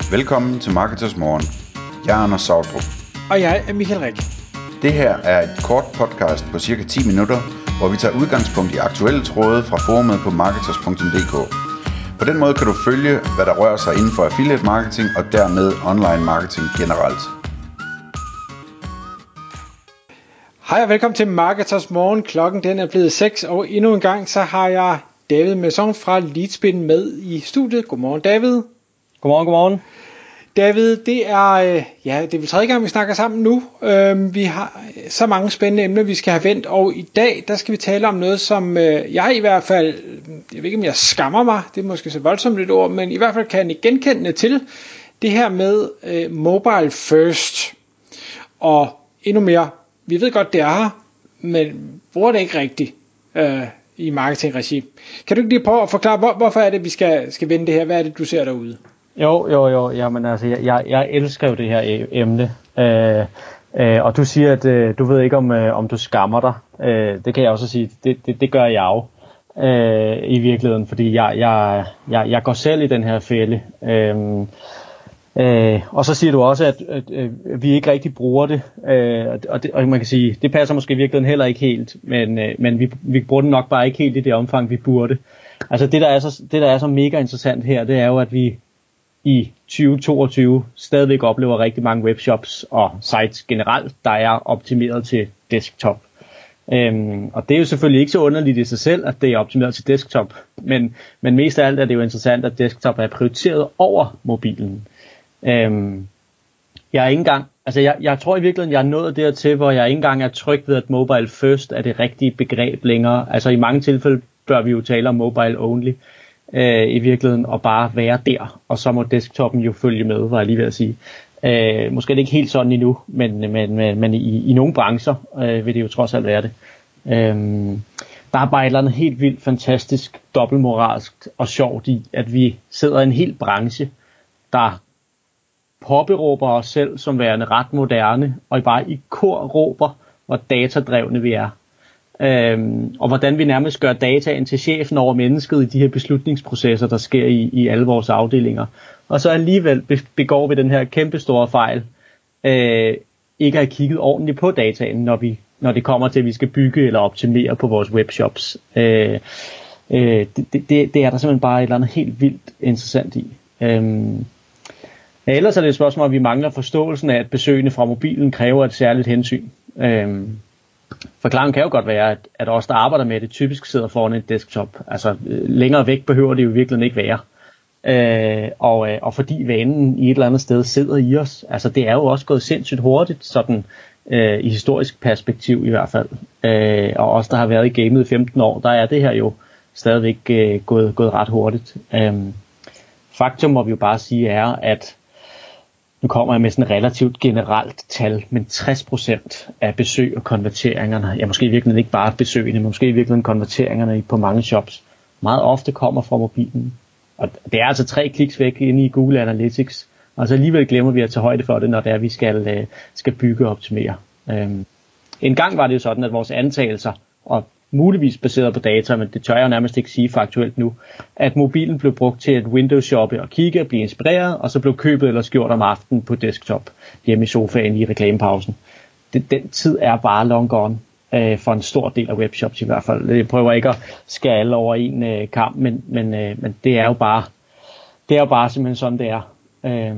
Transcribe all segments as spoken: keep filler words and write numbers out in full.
Velkommen til Marketers Morgen. Jeg er Anders Sautrup. Og jeg er Michael Rik. Det her er et kort podcast på cirka ti minutter, hvor vi tager udgangspunkt i aktuelle tråde fra forumet på marketers punktum d k. På den måde kan du følge, hvad der rører sig inden for affiliate marketing og dermed online marketing generelt. Hej og velkommen til Marketers Morgen. Klokken den er blevet seks, og endnu en gang så har jeg David Messon fra Leadspin med i studiet. Godmorgen David. Godmorgen, godmorgen. David, det er, ja, det er vel tredje gang, vi snakker sammen nu. Øhm, vi har så mange spændende emner, vi skal have vendt, og i dag, der skal vi tale om noget, som øh, jeg i hvert fald, jeg ved ikke, om jeg skammer mig, det er måske så voldsomt et ord, men i hvert fald kan jeg genkende til det her med øh, mobile first. Og endnu mere, vi ved godt, det er her, men bruger det ikke rigtigt øh, i marketingregi. Kan du ikke lige prøve at forklare, hvor, hvorfor er det, vi skal, skal vende det her? Hvad er det, du ser derude? Jo, jo, jo, jamen altså, jeg, jeg elsker jo det her emne, øh, øh, og du siger, at øh, du ved ikke, om, øh, om du skammer dig. Øh, det kan jeg også sige, det, det, det gør jeg jo øh, i virkeligheden, fordi jeg, jeg, jeg, jeg går selv i den her fælde. Øh, øh, og så siger du også, at, at, at vi ikke rigtig bruger det, øh, og det, og man kan sige, det passer måske i virkeligheden heller ikke helt, men, øh, men vi, vi bruger det nok bare ikke helt i det omfang, vi burde. Altså det, der er så, det, der er så mega interessant her, det er jo, at vi i tyve toogtyve stadigvæk oplever rigtig mange webshops og sites generelt, der er optimeret til desktop. Øhm, og det er jo selvfølgelig ikke så underligt i sig selv, at det er optimeret til desktop, men, men mest af alt er det jo interessant, at desktop er prioriteret over mobilen. Øhm, jeg er ikke engang, altså jeg, jeg tror i virkeligheden, jeg er nået dertil, hvor jeg ikke engang er tryg ved, at mobile first er det rigtige begreb længere. Altså i mange tilfælde bør vi jo tale om mobile only. Øh, i virkeligheden, og bare være der, og så må desktoppen jo følge med, var jeg lige ved at sige. Øh, måske er det ikke helt sådan endnu, men, men, men, men i, i nogle brancher øh, vil det jo trods alt være det. Øh, der er bare et eller andet helt vildt, fantastisk, dobbeltmoralsk og sjovt i, at vi sidder i en hel branche, der påberåber os selv som værende ret moderne, og bare i kor råber, hvor datadrevne vi er. Øhm, og hvordan vi nærmest gør dataen til chefen over mennesket i de her beslutningsprocesser, der sker i, i alle vores afdelinger. Og så alligevel begår vi den her kæmpe store fejl, øh, ikke at have kigget ordentligt på dataen, når, vi, når det kommer til, at vi skal bygge eller optimere på vores webshops. Øh, øh, det, det, det er der simpelthen bare et eller andet helt vildt interessant i. Øhm, ellers er det et spørgsmål, at vi mangler forståelsen af, at besøgende fra mobilen kræver et særligt hensyn. Øhm, Forklaringen kan jo godt være, at, at os, der arbejder med det, typisk sidder foran et desktop. Altså længere væk behøver det jo virkelig ikke være. Øh, og, og fordi vanen i et eller andet sted sidder i os. Altså det er jo også gået sindssygt hurtigt, sådan øh, i historisk perspektiv i hvert fald. Øh, og os, der har været i gamet i femten år, der er det her jo stadigvæk øh, gået, gået ret hurtigt. Øh, faktum må vi jo bare sige er, at nu kommer jeg med sådan et relativt generelt tal, men tres procent af besøg og konverteringerne, ja måske i virkeligheden ikke bare besøgene, men måske i virkeligheden konverteringerne på mange shops, meget ofte kommer fra mobilen. Og det er altså tre kliks væk inde i Google Analytics, og så alligevel glemmer vi at tage højde for det, når det er, vi skal, skal bygge og optimere. Øhm. En gang var det jo sådan, at vores antagelser, og muligvis baseret på data, men det tør jeg jo nærmest ikke sige faktuelt nu, at mobilen blev brugt til at Windows-shoppe og kigge og blive inspireret, og så blev købet eller gjort om aftenen på desktop hjemme i sofaen i reklamepausen. Det, den tid er bare long gone øh, for en stor del af webshops i hvert fald. Jeg prøver ikke at skære alle over en øh, kamp, men, men, øh, men det er jo bare det er jo bare simpelthen sådan det er. Øh,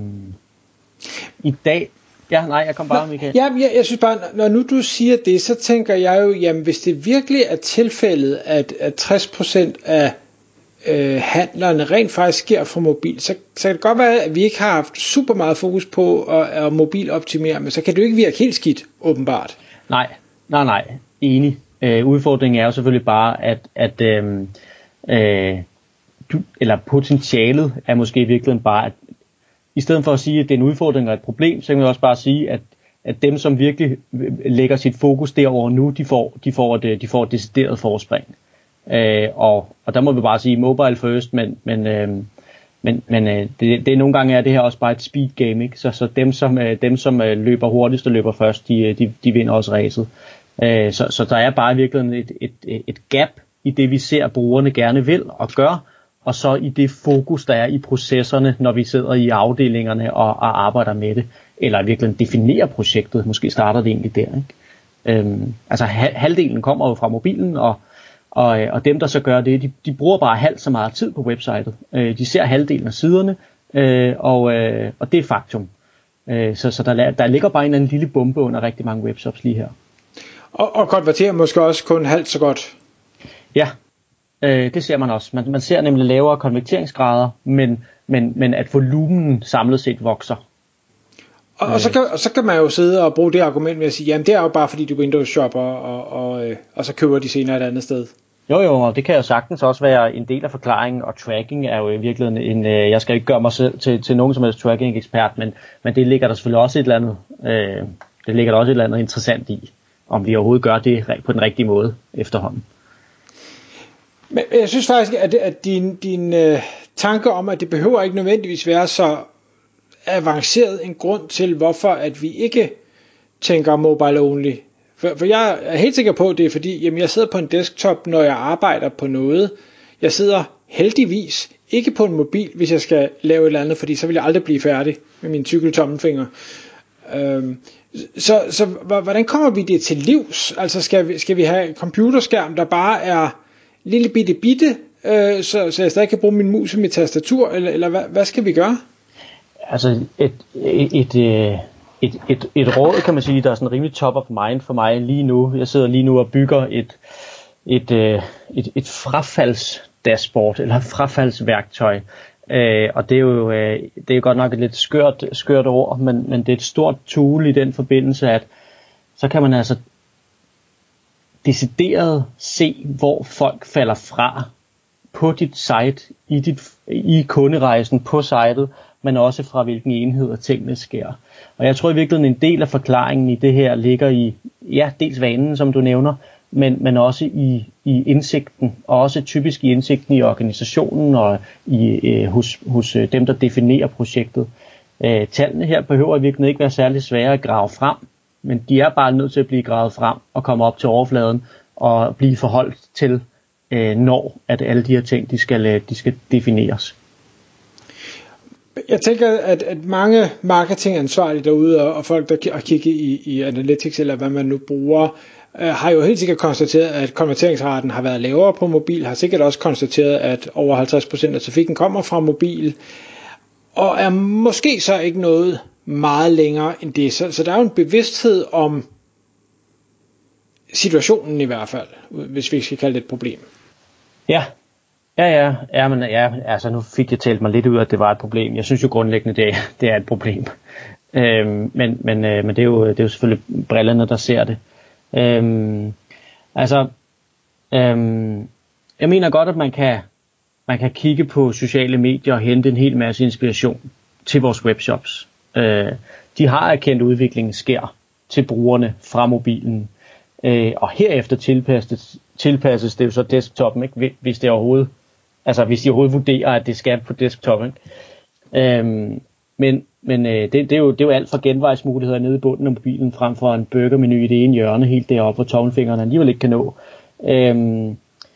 I dag Ja, nej, jeg kom bare, Michael. Ja, jeg, jeg synes bare, når nu du siger det, så tænker jeg jo, jamen hvis det virkelig er tilfældet, at, at tres procent af øh, handlerne rent faktisk sker fra mobil, så, så kan det godt være, at vi ikke har haft super meget fokus på at, at mobiloptimere, men så kan det jo ikke virke helt skidt, åbenbart. Nej, nej, nej, enig. Øh, udfordringen er jo selvfølgelig bare, at, at øh, øh, du, eller potentialet er måske i virkeligheden bare, at i stedet for at sige, at det er en udfordring og et problem, så kan man også bare sige, at, at dem, som virkelig lægger sit fokus derover nu, de får, de får, et, de får et decideret forspring. Øh, og, og der må vi bare sige mobile first, men, men, øh, men, men øh, det, det nogle gange er det her også bare et speed game, ikke? Så, så dem, som, øh, dem, som øh, løber hurtigst og løber først, de, de, de vinder også racet. Øh, så, så der er bare virkelig et, et, et gap i det, vi ser, brugerne gerne vil og gør, og så i det fokus, der er i processerne, når vi sidder i afdelingerne og, og arbejder med det, eller virkelig definerer projektet. Måske starter det egentlig der, ikke? Øhm, altså halvdelen kommer jo fra mobilen, og, og, og dem, der så gør det, de, de bruger bare halvt så meget tid på websitet. Øh, de ser halvdelen af siderne, øh, og, øh, og det er faktum. Øh, så så der, der ligger bare en eller anden lille bombe under rigtig mange webshops lige her. Og, og konverterer måske også kun halvt så godt. Ja, øh, det ser man også. Man, man ser nemlig lavere konverteringsgrader, men, men, men at volumen samlet set vokser. Og, og, så kan, og så kan man jo sidde og bruge det argument med at sige, jamen det er jo bare fordi du Windows shopper, og, og, og, og så køber de senere et andet sted. Jo jo, og det kan jo sagtens også være en del af forklaringen, og tracking er jo i virkeligheden en, øh, jeg skal ikke gøre mig selv til, til nogen som helst tracking ekspert, men, men det ligger der selvfølgelig også et eller andet, øh, det ligger der også et eller andet interessant i, om vi overhovedet gør det på den rigtige måde efterhånden. Men jeg synes faktisk, at, at din, din øh, tanke om, at det behøver ikke nødvendigvis være så avanceret en grund til, hvorfor at vi ikke tænker mobile only. For, for jeg er helt sikker på, at det er fordi, jamen jeg sidder på en desktop, når jeg arbejder på noget. Jeg sidder heldigvis ikke på en mobil, hvis jeg skal lave et eller andet, fordi så vil jeg aldrig blive færdig med mine cykeltommelfinger. Øhm, så, så hvordan kommer vi det til livs? Altså skal vi, skal vi have en computerskærm, der bare er lille bitte bitte, øh, så, så jeg stadig kan bruge min mus og mit tastatur, eller, eller hvad, hvad skal vi gøre? Altså et, et, et, et, et, et råd, kan man sige, der er sådan rimelig top of mind for mig lige nu. Jeg sidder lige nu og bygger et, et, et, et frafaldsdashboard, eller et frafaldsværktøj. Øh, og det er jo det er jo godt nok et lidt skørt, skørt ord, men, men det er et stort tool i den forbindelse, at så kan man altså decideret se, hvor folk falder fra på dit site, i, dit, i kunderejsen på sitet, men også fra hvilken enheder tingene sker. Og jeg tror i virkeligheden en del af forklaringen i det her ligger i, ja, dels vanen, som du nævner, men, men også i, i indsigten, og også typisk i indsigten i organisationen og i, øh, hos, hos dem, der definerer projektet. Øh, tallene her behøver i virkeligheden ikke være særlig svære at grave frem, men de er bare nødt til at blive gravet frem og komme op til overfladen og blive forholdt til, øh, når at alle de her ting de skal, de skal defineres. Jeg tænker, at, at mange marketingansvarlige derude, og, og folk, der har kigget i, i Analytics, eller hvad man nu bruger, øh, har jo helt sikkert konstateret, at konverteringsraten har været lavere på mobil, har sikkert også konstateret, at over halvtreds procent af trafikken kommer fra mobil, og er måske så ikke noget meget længere end det. Så, så der er jo en bevidsthed om situationen i hvert fald, hvis vi skal kalde det et problem. Ja, ja, ja, ja, men ja, altså nu fik jeg talt mig lidt ud af, at det var et problem. Jeg synes jo grundlæggende, det, det er et problem. Øhm, men, men, øh, men det er jo, det er jo selvfølgelig brillerne, der ser det. Øhm, altså, øhm, jeg mener godt, at man kan, man kan kigge på sociale medier og hente en hel masse inspiration til vores webshops. Øh, de har erkendt, at udviklingen sker til brugerne fra mobilen. Øh, og herefter tilpasses, tilpasses det jo så desktoppen, ikke? Hvis det overhovedet, altså hvis de overhovedet vurderer, at det skal på desktop, ikke? Øhm, men men øh, det, det, er jo, det er jo alt for genvejsmuligheder nede i bunden af mobilen, frem for en burgermenu i det ene hjørne, helt deroppe, hvor tommelfingrene alligevel ikke kan nå. Øhm,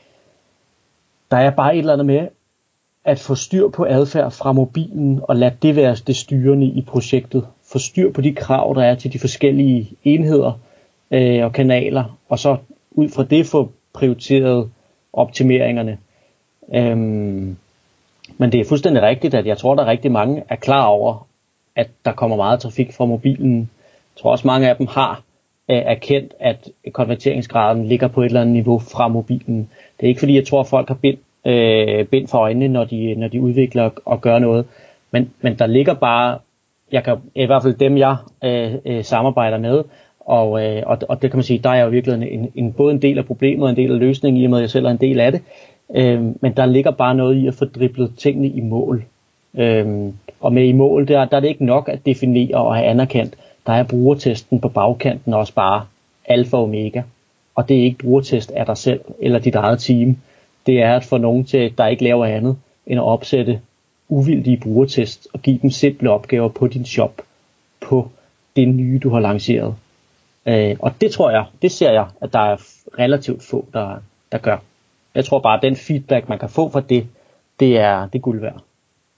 der er bare et eller andet med at få styr på adfærd fra mobilen, og lade det være det styrende i projektet. Få styr på de krav, der er til de forskellige enheder øh, og kanaler, og så ud fra det få prioriteret optimeringerne. Øhm, men det er fuldstændig rigtigt, at jeg tror, der er rigtig mange er klar over, at der kommer meget trafik fra mobilen. Jeg tror også, mange af dem har øh, erkendt, at konverteringsgraden ligger på et eller andet niveau fra mobilen. Det er ikke fordi, jeg tror, at folk har bind, øh, bind for øjnene, når de, når de udvikler og, og gør noget. Men, men der ligger bare, jeg kan, i hvert fald dem, jeg øh, øh, samarbejder med, Og, øh, og, og det kan man sige, der er jo virkelig en, en, både en del af problemet og en del af løsningen, i og med at jeg selv er en del af det. Øh, men der ligger bare noget i at få driblet tingene i mål. Øh, og med i mål, der, der er det ikke nok at definere og have anerkendt. Der er brugertesten på bagkanten også bare alfa og omega. Og det er ikke brugertest af dig selv eller dit eget team. Det er at få nogen til, der ikke laver andet end at opsætte uvildige brugertest og give dem simple opgaver på din shop, på det nye, du har lanceret. Øh, og det tror jeg, det ser jeg, at der er relativt få, der, der gør. Jeg tror bare, at den feedback, man kan få fra det, det er, det er guld værd.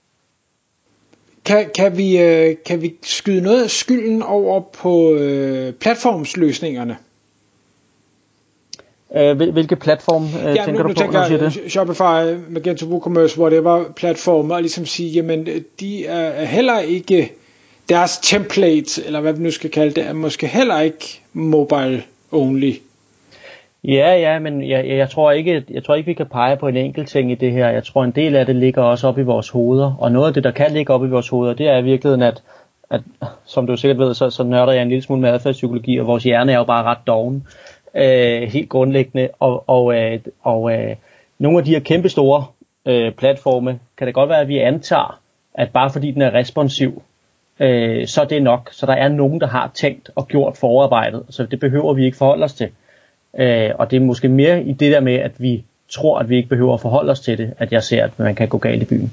Kan, kan, vi, øh, kan vi skyde noget af skylden over på øh, platformsløsningerne? Øh, hvilke platform øh, ja, tænker nu, du nu på, tænker når du siger det? Shopify, Magento WooCommerce, whatever platformer, og ligesom sige, jamen de er heller ikke, deres templates, eller hvad vi nu skal kalde det, er måske heller ikke mobile only. Ja, ja, men jeg, jeg, tror ikke, jeg tror ikke, vi kan pege på en enkelt ting i det her. Jeg tror, en del af det ligger også op i vores hoveder. Og noget af det, der kan ligge op i vores hoveder, det er i virkeligheden, at, at som du sikkert ved, så, så nørder jeg en lille smule med adfærdspsykologi, og vores hjerne er jo bare ret doven, øh, helt grundlæggende. Og, og, øh, og øh, nogle af de her kæmpe store øh, platforme, kan det godt være, at vi antager, at bare fordi den er responsiv, øh, så er det nok. Så der er nogen, der har tænkt og gjort forarbejdet, så det behøver vi ikke forholde os til. Øh, og det er måske mere i det der med, at vi tror, at vi ikke behøver at forholde os til det, at jeg ser, at man kan gå galt i byen.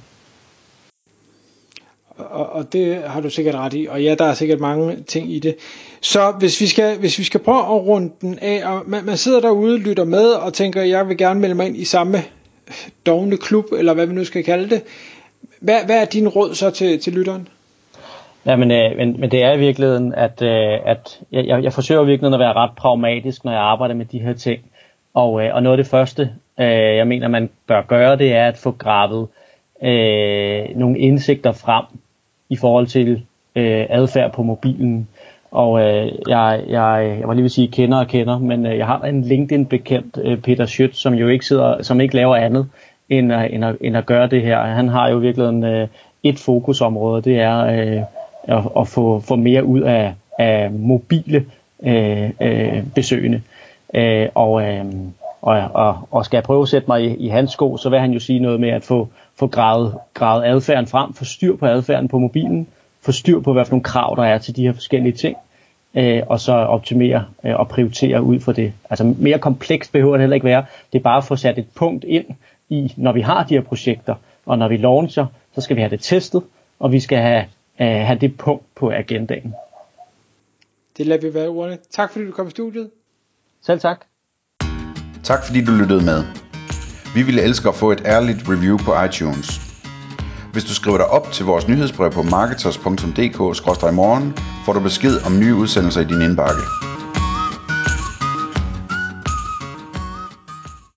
Og, og det har du sikkert ret i, og ja, der er sikkert mange ting i det. Så hvis vi skal, hvis vi skal prøve at runde den af, og man, man sidder derude, lytter med og tænker, jeg vil gerne melde mig ind i samme dovne klub, eller hvad vi nu skal kalde det. Hvad, hvad er din råd så til, til lytteren? Ja, men, øh, men, men det er i virkeligheden, at, øh, at jeg, jeg forsøger i virkeligheden at være ret pragmatisk, når jeg arbejder med de her ting. Og, øh, og noget af det første, øh, jeg mener, man bør gøre, det er at få gravet øh, nogle indsigter frem i forhold til øh, adfærd på mobilen. Og øh, jeg, jeg, jeg var lige vil sige kender og kender, men øh, jeg har en LinkedIn-bekendt, øh, Peter Schødt, som jo ikke sidder, som ikke laver andet end at, end at, end at gøre det her. Han har jo virkelig øh, et fokusområde, det er øh, at, at få, få mere ud af, af mobile øh, øh, besøgende. Øh, og, øh, og, og, og skal jeg prøve at sætte mig i, i hans sko, så vil han jo sige noget med at få, få gravet, gravet adfærden frem, få styr på adfærden på mobilen, få styr på, hvad for nogle krav der er til de her forskellige ting, øh, og så optimere øh, og prioritere ud for det. Altså mere komplekst behøver det heller ikke være. Det er bare at få sat et punkt ind i, når vi har de her projekter, og når vi launcher, så skal vi have det testet, og vi skal have, øh, have det punkt på agendaen. Det lader vi være ordene. Tak fordi du kom i studiet. Selv tak. Tak fordi du lyttede med. Vi ville elske at få et ærligt review på iTunes. Hvis du skriver dig op til vores nyhedsbrev på marketers punktum d k skråstreg morgen, får du besked om nye udsendelser i din indbakke.